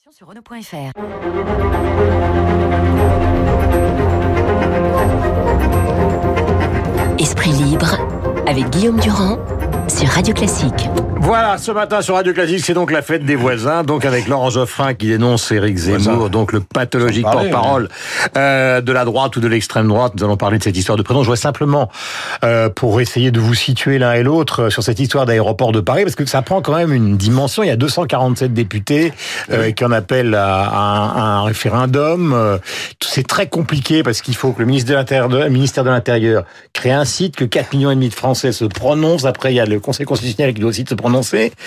Sur Renault.fr. Esprit libre avec Guillaume Durand sur Radio Classique. Voilà, ce matin sur Radio Classique, c'est donc la fête des voisins, donc avec Laurent Geoffrin qui dénonce Éric Zemmour, donc le pathologique porte-parole de la droite ou de l'extrême droite. Nous allons parler de cette histoire de prénom. Je vois simplement, pour essayer de vous situer l'un et l'autre sur cette histoire d'aéroport de Paris, parce que ça prend quand même une dimension. Il y a 247 députés qui en appellent à un référendum. C'est très compliqué parce qu'il faut que le ministère de l'Intérieur crée un site, que 4,5 millions de Français se prononcent. Après, il y a le Conseil constitutionnel qui doit aussi se prononcer.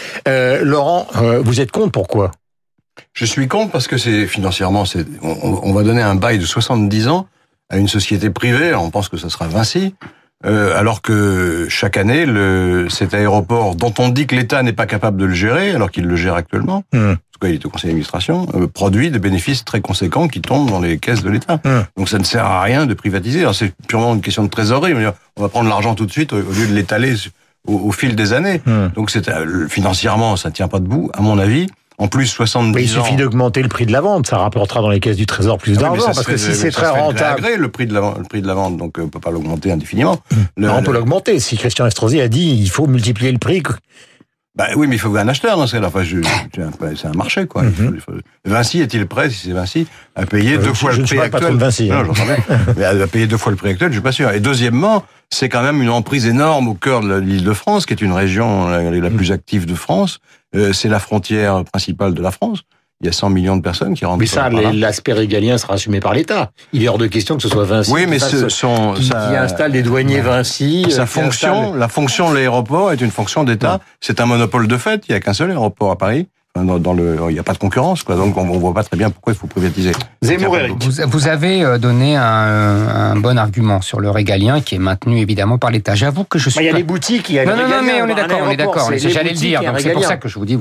Laurent, vous êtes contre, pourquoi ? Je suis contre parce que financièrement, on va donner un bail de 70 ans à une société privée, on pense que ça sera Vinci, alors que chaque année, cet aéroport, dont on dit que l'État n'est pas capable de le gérer, alors qu'il le gère actuellement, en tout cas il est au conseil d'administration, produit des bénéfices très conséquents qui tombent dans les caisses de l'État. Donc ça ne sert à rien de privatiser. Alors c'est purement une question de trésorerie. On va prendre l'argent tout de suite au lieu de l'étaler au fil des années. Donc financièrement, ça ne tient pas debout, à mon avis. En plus, 70 ans... Il suffit d'augmenter le prix de la vente, ça rapportera dans les caisses du Trésor plus d'argent, parce que si c'est très rentable... le prix de la vente, donc on peut pas l'augmenter indéfiniment. On peut l'augmenter. Si Christian Estrosi a dit il faut multiplier le prix... Oui, mais il faut un acheteur dans ce cas-là. Enfin, c'est un marché, quoi. Vinci est-il prêt, si c'est Vinci, à payer deux fois le prix actuel? Vinci, non, j'entends bien. Mais à payer 2 fois le prix actuel, je suis pas sûr. Et deuxièmement, c'est quand même une emprise énorme au cœur de l'Île-de-France, qui est une région la plus active de France. C'est la frontière principale de la France. Il y a 100 millions de personnes qui rentrent. Mais ça, l'aspect régalien sera assumé par l'État. Il est hors de question que ce soit Vinci qui installe des douaniers Vinci. La fonction de l'aéroport est une fonction d'État. C'est un monopole de fait. Il n'y a qu'un seul aéroport à Paris. Il n'y a pas de concurrence, quoi. Donc on voit pas très bien pourquoi il faut privatiser. Zemmour, Éric. Vous avez donné un bon argument sur le régalien qui est maintenu évidemment par l'État. J'avoue que je suis. Il y a les boutiques, il y a le régalien. Non, mais on est d'accord. J'allais le dire. Donc c'est pour ça que je vous dis,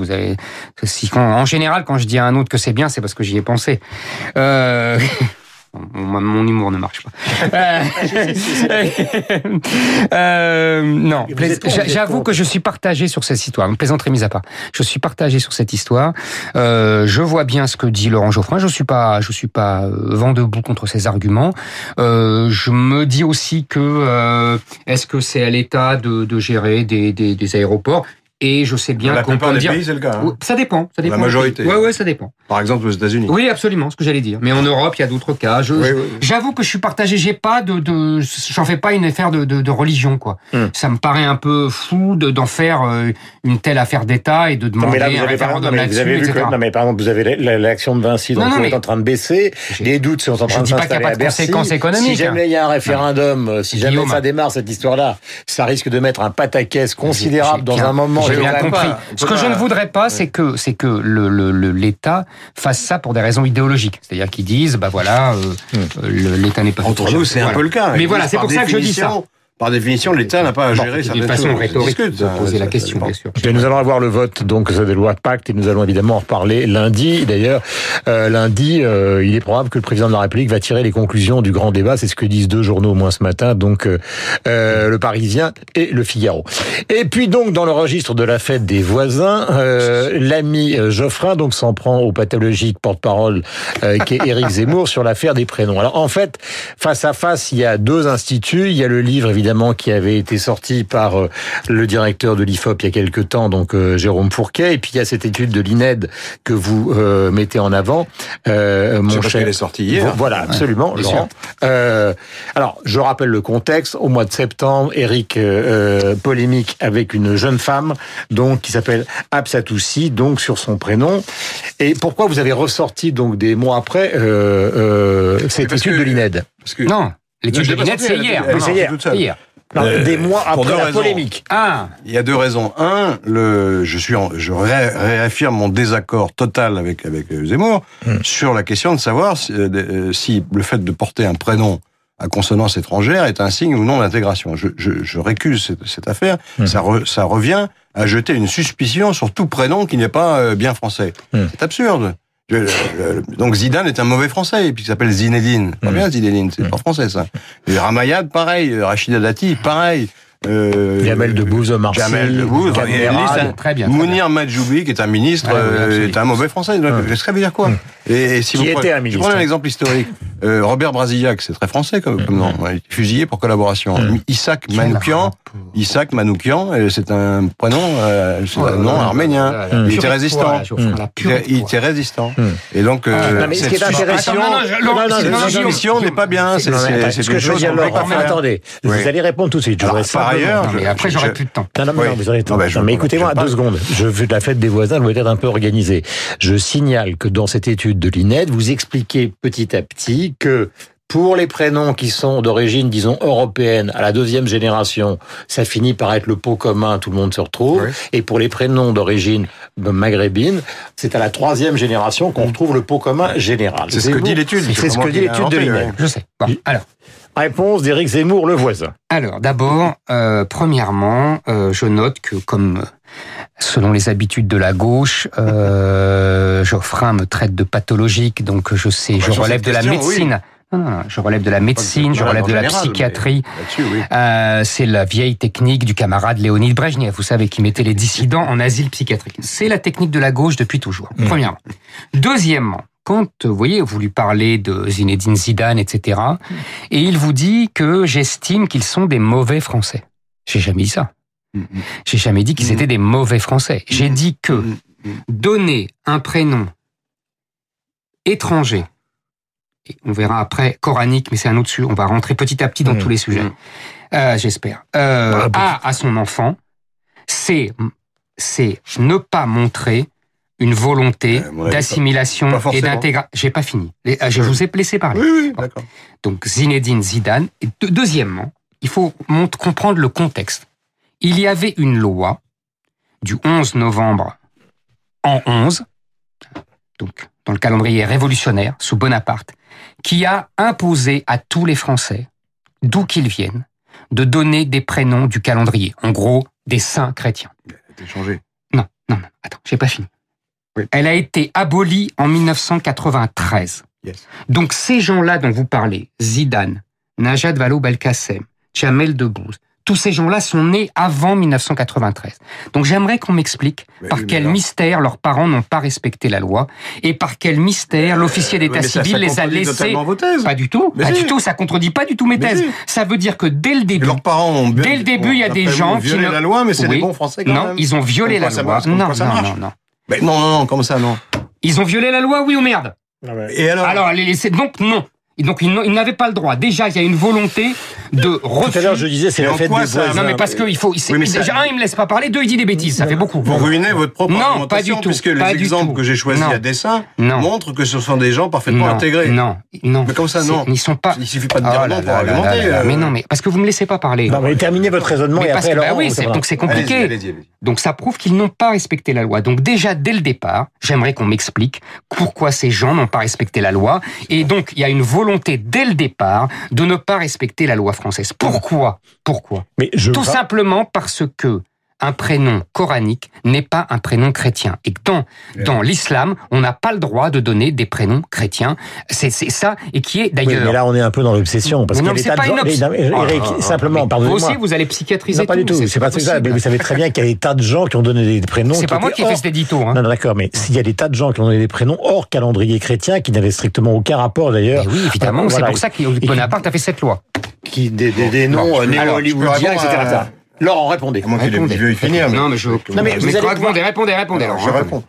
en général, quand je dis à un autre que c'est bien, c'est parce que j'y ai pensé. Mon humour ne marche pas. Non, j'avoue que je suis partagé sur cette histoire. Plaisanterie mise à part, je suis partagé sur cette histoire. Je vois bien ce que dit Laurent Geoffrin. Je suis pas vent debout contre ses arguments. Je me dis aussi que est-ce que c'est à l'État de gérer des aéroports? Et je sais bien qu'on peut dire. Pays, c'est le cas. Hein. Ça dépend. La majorité. Ouais, ça dépend. Par exemple, aux États-Unis. Oui, absolument, ce que j'allais dire. Mais en Europe, il y a d'autres cas. J'avoue que je suis partagé. J'en fais pas une affaire de religion, quoi. Ça me paraît un peu fou d'en faire une telle affaire d'État et de demander un référendum là-dessus, etc. Mais par exemple, vous avez l'action de Vinci, donc est en train de baisser. Les doutes sont en train de s'installer à Bercy. Je dis pas qu'il n'y a pas de conséquences économiques. Si jamais il y a un référendum, si jamais ça démarre cette histoire-là, ça risque de mettre un pataquès considérable dans un moment. J'ai bien compris. Ce que je ne voudrais pas, c'est que l'État fasse ça pour des raisons idéologiques. C'est-à-dire qu'ils disent, l'État n'est pas... Entre nous, c'est un peu le cas. Mais voilà, c'est pour ça que je dis ça. Par définition, l'État n'a pas à gérer certaines choses. De façon rhétorique, de poser la question, bien sûr. Et nous allons avoir le vote donc des lois Pacte et nous allons évidemment en reparler lundi. D'ailleurs, lundi, il est probable que le président de la République va tirer les conclusions du grand débat. C'est ce que disent 2 journaux au moins ce matin, donc le Parisien et le Figaro. Et puis donc dans le registre de la fête des voisins, l'ami Geoffrin donc s'en prend au pathologique porte-parole qui est Éric Zemmour sur l'affaire des prénoms. Alors en fait, face à face, il y a 2 instituts. Il y a le livre évidemment qui avait été sorti par le directeur de l'IFOP il y a quelque temps, donc Jérôme Fourquet, et puis il y a cette étude de l'INED que vous mettez en avant. Mon cher, elle est sortie hier. Voilà, absolument, Laurent. Alors, je rappelle le contexte. Au mois de septembre, Éric polémique avec une jeune femme, donc qui s'appelle Absatoussi, donc sur son prénom. Et pourquoi vous avez ressorti donc des mois après cette étude de l'INED? Non. L'étude de l'INED, c'est hier. C'est hier. Des mois après la polémique. Il y a 2 raisons. Je réaffirme mon désaccord total avec Zemmour sur la question de savoir si le fait de porter un prénom à consonance étrangère est un signe ou non d'intégration. Je récuse cette affaire. Ça revient à jeter une suspicion sur tout prénom qui n'est pas bien français. C'est absurde. Donc Zidane est un mauvais français, et puis il s'appelle Zinedine. Pas bien Zinedine, c'est pas français ça. Et Ramayad, pareil. Rachida Dati, pareil. Jamel Debbouze, Omar Sy, Jamel Debbouze, très bien. Mounir Majoubi, qui est un ministre, est un mauvais français. Ça veut dire quoi? Et si qui était un ministre. Je prends un exemple historique. Robert Brasillac, c'est très français comme nom. Il est fusillé pour collaboration. Isaac Manoukian, c'est un prénom, c'est un nom arménien. Il était résistant. Il était résistant. Et donc, cette suspicion n'est pas bien. C'est une chose qu'on peut pas faire. Attendez, vous allez répondre tout de suite. Par ailleurs, mais après j'aurai plus de temps. Non, vous aurez le temps. Mais écoutez-moi, 2 secondes. La fête des voisins doit être un peu organisée. Je signale que dans cette étude de l'INED, vous expliquez petit à petit que pour les prénoms qui sont d'origine, disons, européenne, à la 2e génération, ça finit par être le pot commun, tout le monde se retrouve. Oui. Et pour les prénoms d'origine maghrébine, c'est à la 3e génération qu'on retrouve le pot commun général. C'est ce que dit l'étude. C'est ce que dit l'étude de l'INED. Je sais. Bon, alors. Réponse d'Éric Zemmour, le voisin. Alors, d'abord, premièrement, je note que, comme selon les habitudes de la gauche, Geoffrin me traite de pathologique, donc je sais, je relève de la médecine. Oui. Non, je relève de la médecine, je relève de la psychiatrie. Oui. C'est la vieille technique du camarade Léonid Brejnev, vous savez, qui mettait les dissidents en asile psychiatrique. C'est la technique de la gauche depuis toujours, premièrement. Deuxièmement, quand, vous voyez, vous lui parlez de Zinedine Zidane, etc., et il vous dit que j'estime qu'ils sont des mauvais Français. J'ai jamais dit ça. J'ai jamais dit qu'ils étaient des mauvais Français. J'ai dit que donner un prénom étranger, et on verra après, coranique, mais c'est un autre sujet, on va rentrer petit à petit dans tous les sujets, j'espère, à son enfant, c'est ne pas montrer une volonté d'assimilation et d'intégration. J'ai pas fini. Je vous ai laissé parler. Oui, d'accord. Donc Zinedine Zidane. Et deuxièmement, il faut comprendre le contexte. Il y avait une loi du 11 novembre en 11, donc dans le calendrier révolutionnaire, sous Bonaparte, qui a imposé à tous les Français, d'où qu'ils viennent, de donner des prénoms du calendrier. En gros, des saints chrétiens. T'es changé. Non, attends, j'ai pas fini. Oui. Elle a été abolie en 1993. Yes. Donc ces gens-là dont vous parlez, Zidane, Najat Vallaud-Belkacem, Jamel Debbouze, tous ces gens-là sont nés avant 1993. Donc j'aimerais qu'on m'explique par quel mystère leurs parents n'ont pas respecté la loi et par quel mystère l'officier d'état civil les a laissés. Pas du tout, ça contredit pas du tout mes thèses. Ça veut dire que dès le début, il y a des gens qui violé la loi, mais c'est des bons Français quand même. Non, ils ont violé la loi. Non. Mais non, comme ça, non. Ils ont violé la loi, oui ou merde? Et alors donc non. Et donc ils n'avaient pas le droit. Déjà, il y a une volonté de refus. Tout à l'heure, je disais, c'est la fête des voisins. Non, mais parce que il faut. Déjà, il me laisse pas parler. 2, il dit des bêtises. Ça fait beaucoup. Vous ruinez votre propre argumentation, pas du tout. Puisque les exemples que j'ai choisis à dessein montrent que ce sont des gens parfaitement intégrés. Non. Mais comme ça, non. Ils sont pas. Il suffit pas de dire non pour argumenter. Mais non, mais parce que vous me laissez pas parler. Non, mais terminez votre raisonnement et après. Oui, donc c'est compliqué. Allez-y. Donc ça prouve qu'ils n'ont pas respecté la loi. Donc déjà, dès le départ, j'aimerais qu'on m'explique pourquoi ces gens n'ont pas respecté la loi. Et donc, il y a une volonté dès le départ de ne pas respecter la loi française. Pourquoi? Tout simplement parce que un prénom coranique n'est pas un prénom chrétien. Et dans l'islam, on n'a pas le droit de donner des prénoms chrétiens. C'est ça, et qui est d'ailleurs... Oui, mais là, on est un peu dans l'obsession. Parce non, mais c'est pas une obsession. Eric, simplement, pardonnez-moi. Vous aussi, vous allez psychiatriser tout. Non, pas du tout. C'est pas ça. Mais vous savez très bien qu'il y a des tas de gens qui ont donné des prénoms... C'est pas moi qui ai fait cet édito. Non, d'accord, mais s'il y a des tas de gens qui ont donné des prénoms hors calendrier chrétien, qui n'avaient strictement aucun rapport, d'ailleurs... Mais oui, évidemment, c'est pour ça que Bonaparte a fait cette loi. Des noms néo-hollywoodiens, etc. Laurent, répondez. Moi qui veux y finir. Non, mais répondez. Alors, je réponds.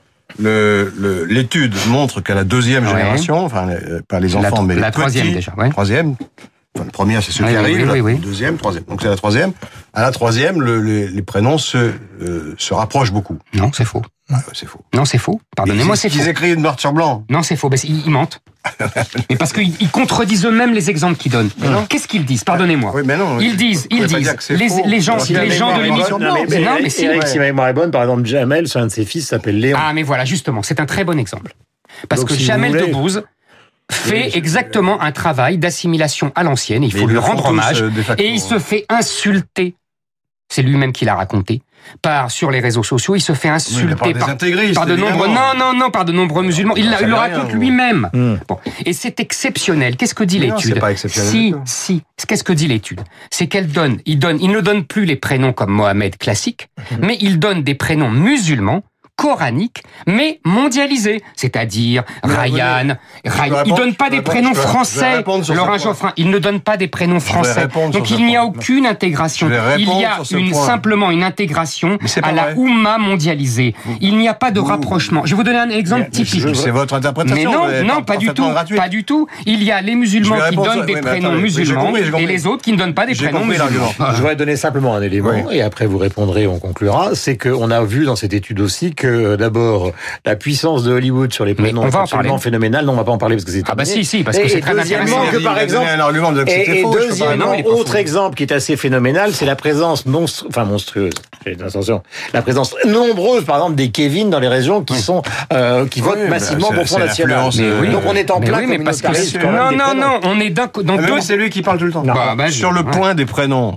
L'étude montre qu'à la 2e génération, enfin, pas les enfants, mais la les petits. 3e déjà, 3e. Enfin, la première, c'est ceux qui arrivent. La 2e, 3e. Donc c'est la 3e. À la 3e, les prénoms se rapprochent beaucoup. Non, c'est faux. C'est faux. Non, c'est faux. Pardonnez-moi, c'est faux. Ils écrivent noir sur blanc. Non, c'est faux. Ils mentent. Mais parce qu'ils contredisent eux-mêmes les exemples qu'ils donnent. Qu'est-ce qu'ils disent? Pardonnez-moi. Oui, mais non. Ils disent les gens de l'émission. Non, mais si ma mémoire est bonne, par exemple, Jamel, un de ses fils s'appelle Léon. Ah, mais voilà, justement, c'est un très bon exemple. Parce que Jamel Debbouze fait exactement un travail d'assimilation à l'ancienne. Il faut lui rendre hommage. Et il se fait insulter c'est lui-même qui l'a raconté, sur les réseaux sociaux, il se fait insulter par de nombreux musulmans. Il le raconte lui-même. Bon. Et c'est exceptionnel. Qu'est-ce que dit l'étude? C'est pas exceptionnel. Si. Qu'est-ce que dit l'étude? C'est il ne donne plus les prénoms comme Mohamed classique, mais il donne des prénoms musulmans, coranique, mais mondialisé, c'est-à-dire Ryan. Il donne pas des prénoms français, Laurent Geoffrin. Il ne donne pas des prénoms français. Donc il n'y a aucune intégration. Il y a simplement une intégration à la Oumma mondialisée. Il n'y a pas de rapprochement. Je vais vous donner un exemple typique. C'est votre interprétation. Mais non, pas du tout. Pas du tout. Il y a les musulmans qui donnent des prénoms musulmans et les autres qui ne donnent pas des prénoms musulmans. Je voudrais donner simplement un élément et après vous répondrez, on conclura. C'est qu'on a vu dans cette étude aussi que d'abord la puissance de Hollywood sur les prénoms est absolument phénoménale. Non, on va pas en parler parce que c'est si, parce que c'est très intéressant. Que par exemple, deuxièmement, autre exemple qui est assez phénoménal, c'est la présence monstrueuse. Attention, la présence nombreuse, par exemple, des Kevin dans les régions qui sont qui votent massivement pour Front National. Donc on est en plein communautarisme. Non, on est dans deux. C'est lui qui parle tout le temps. Sur le point des prénoms,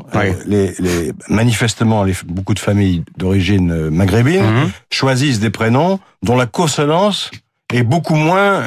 manifestement, beaucoup de familles d'origine maghrébine choisissent des prénoms dont la consonance est beaucoup moins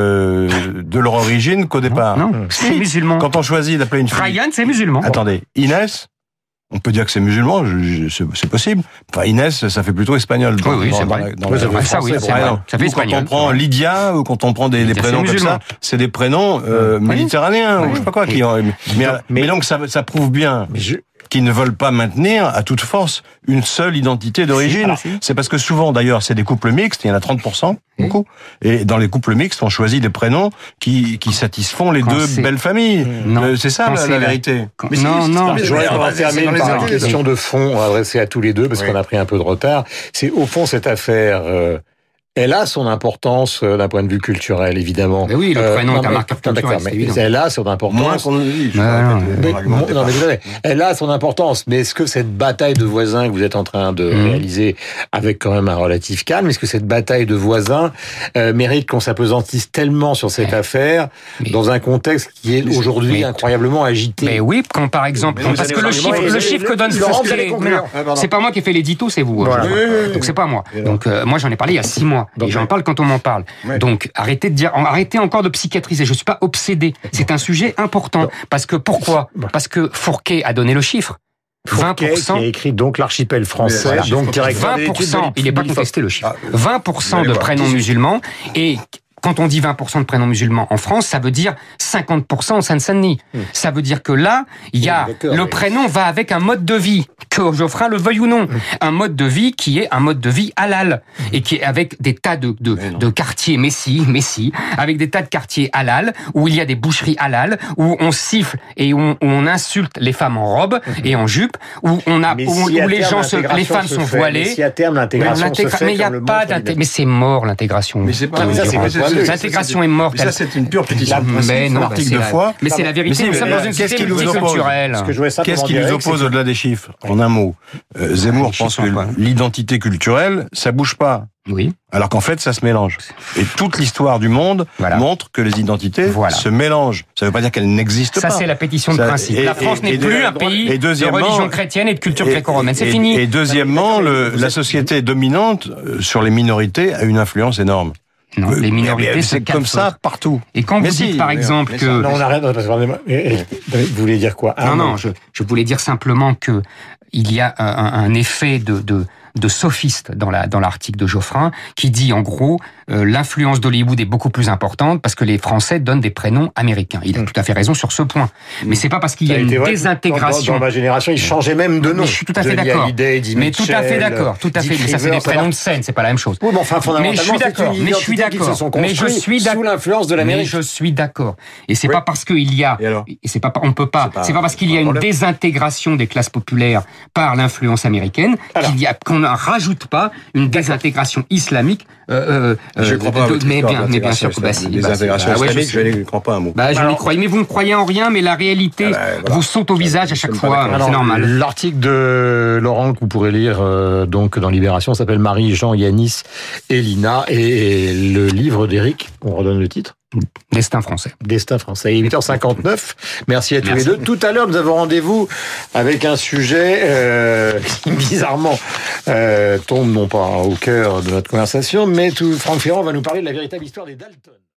de leur origine qu'au départ. Non, c'est musulman. Quand on choisit d'appeler une fille... Ryan, c'est musulman. Attendez, Inès, on peut dire que c'est musulman, c'est possible. Enfin, Inès, ça fait plutôt espagnol. Oui, c'est vrai. Ça fait espagnol. Quand on prend Lydia, ou quand on prend des prénoms comme ça, c'est des prénoms méditerranéens, ou je sais pas quoi. Mais donc, ça prouve bien... qui ne veulent pas maintenir à toute force une seule identité d'origine. C'est parce que souvent, d'ailleurs, c'est des couples mixtes, il y en a 30%, beaucoup. Et dans les couples mixtes, on choisit des prénoms qui satisfont les deux belles familles. C'est ça la vérité. Non. Je voudrais terminer par une question de fond adressée à tous les deux, parce qu'on a pris un peu de retard. C'est au fond cette affaire... Elle a son importance d'un point de vue culturel, évidemment. Mais oui, le prénom est un marqueur culturel, c'est évident. Elle a son importance. Moins qu'on ne le dit. Elle a son importance. Mais est-ce que cette bataille de voisins que vous êtes en train de réaliser avec quand même un relatif calme, est-ce que cette bataille de voisins mérite qu'on s'apesantisse tellement sur cette affaire dans un contexte qui est aujourd'hui incroyablement agité? Mais oui, quand par exemple, parce que le chiffre que donne Fourquet, c'est pas moi qui ai fait l'édito, c'est vous. Donc c'est pas moi. Donc moi j'en ai parlé il y a 6 mois. Et j'en parle quand on m'en parle. Donc, arrêtez encore de psychiatriser. Je suis pas obsédé. C'est un sujet important. Parce que pourquoi? Parce que Fourquet a donné le chiffre. Fourquet, 20%. Qui a écrit donc l'archipel français. Donc, 20%. Il n'est pas contesté le chiffre. 20% de prénoms musulmans et quand on dit 20% de prénoms musulmans en France, ça veut dire 50% en Seine-Saint-Denis. Ça veut dire que là, le prénom va avec un mode de vie, que Geoffrin le veuille ou non. Un mode de vie qui est un mode de vie halal. Et qui est avec des tas de quartiers Messi, avec des tas de quartiers halal, où il y a des boucheries halal, où on siffle et où on insulte les femmes en robe et en jupe, où les femmes sont voilées. Mais si à terme l'intégration se fait, mais il n'y a pas d'intégration. Mais c'est mort l'intégration. Mais c'est pas l'intégration est morte. Mais ça, c'est une pure pétition. L'article de foi. Mais c'est la vérité. Nous sommes dans une société multiculturelle. Qu'est-ce qui nous oppose au-delà des chiffres? En un mot, Zemmour pense que l'identité culturelle, ça bouge pas. Oui. Alors qu'en fait, ça se mélange. Et toute l'histoire du monde montre que les identités se mélangent. Ça ne veut pas dire qu'elles n'existent pas. Ça, c'est la pétition de principe. La France n'est plus un pays de religion chrétienne et de culture gréco-romaine. C'est fini. Et deuxièmement, la société dominante sur les minorités a une influence énorme. Non, les minorités c'est comme ça partout. Et quand vous dites par exemple que... Non, on arrête. Vous voulez dire quoi? Non, je voulais dire simplement que il y a un effet de sophiste dans l'article de Geoffrin qui dit en gros l'influence d'Hollywood est beaucoup plus importante parce que les Français donnent des prénoms américains. Il a tout à fait raison sur ce point. Mais c'est pas parce qu'il y a une désintégration. Dans ma génération, ils changeaient même de nom. Mais je suis tout à fait d'accord. Mais tout à fait d'accord. Mais ça c'est des prénoms de scène, c'est pas la même chose. Oui, mais enfin fondamentalement, mais je suis d'accord. Sous l'influence de l'Amérique. Mais je suis d'accord. Et c'est pas parce qu'il y a, c'est pas parce qu'il y a une désintégration des classes populaires par l'influence américaine qu'on ne rajoute pas une désintégration islamique Je crois pas. Mais bien sûr que si. Des intégrations islamiques, je ne crois pas un mot. Je n'y crois. Mais vous ne croyez en rien, mais la réalité vous saute au visage à chaque fois. C'est normal. L'article de Laurent que vous pourrez lire donc dans Libération s'appelle Marie-Jean, Yanis et Lina, et le livre d'Éric, on redonne le titre. Destin français. Destin français. 8h59. Merci à tous les deux. Tout à l'heure, nous avons rendez-vous avec un sujet qui, bizarrement, tombe non pas au cœur de notre conversation, mais Franck Ferrand va nous parler de la véritable histoire des Dalton.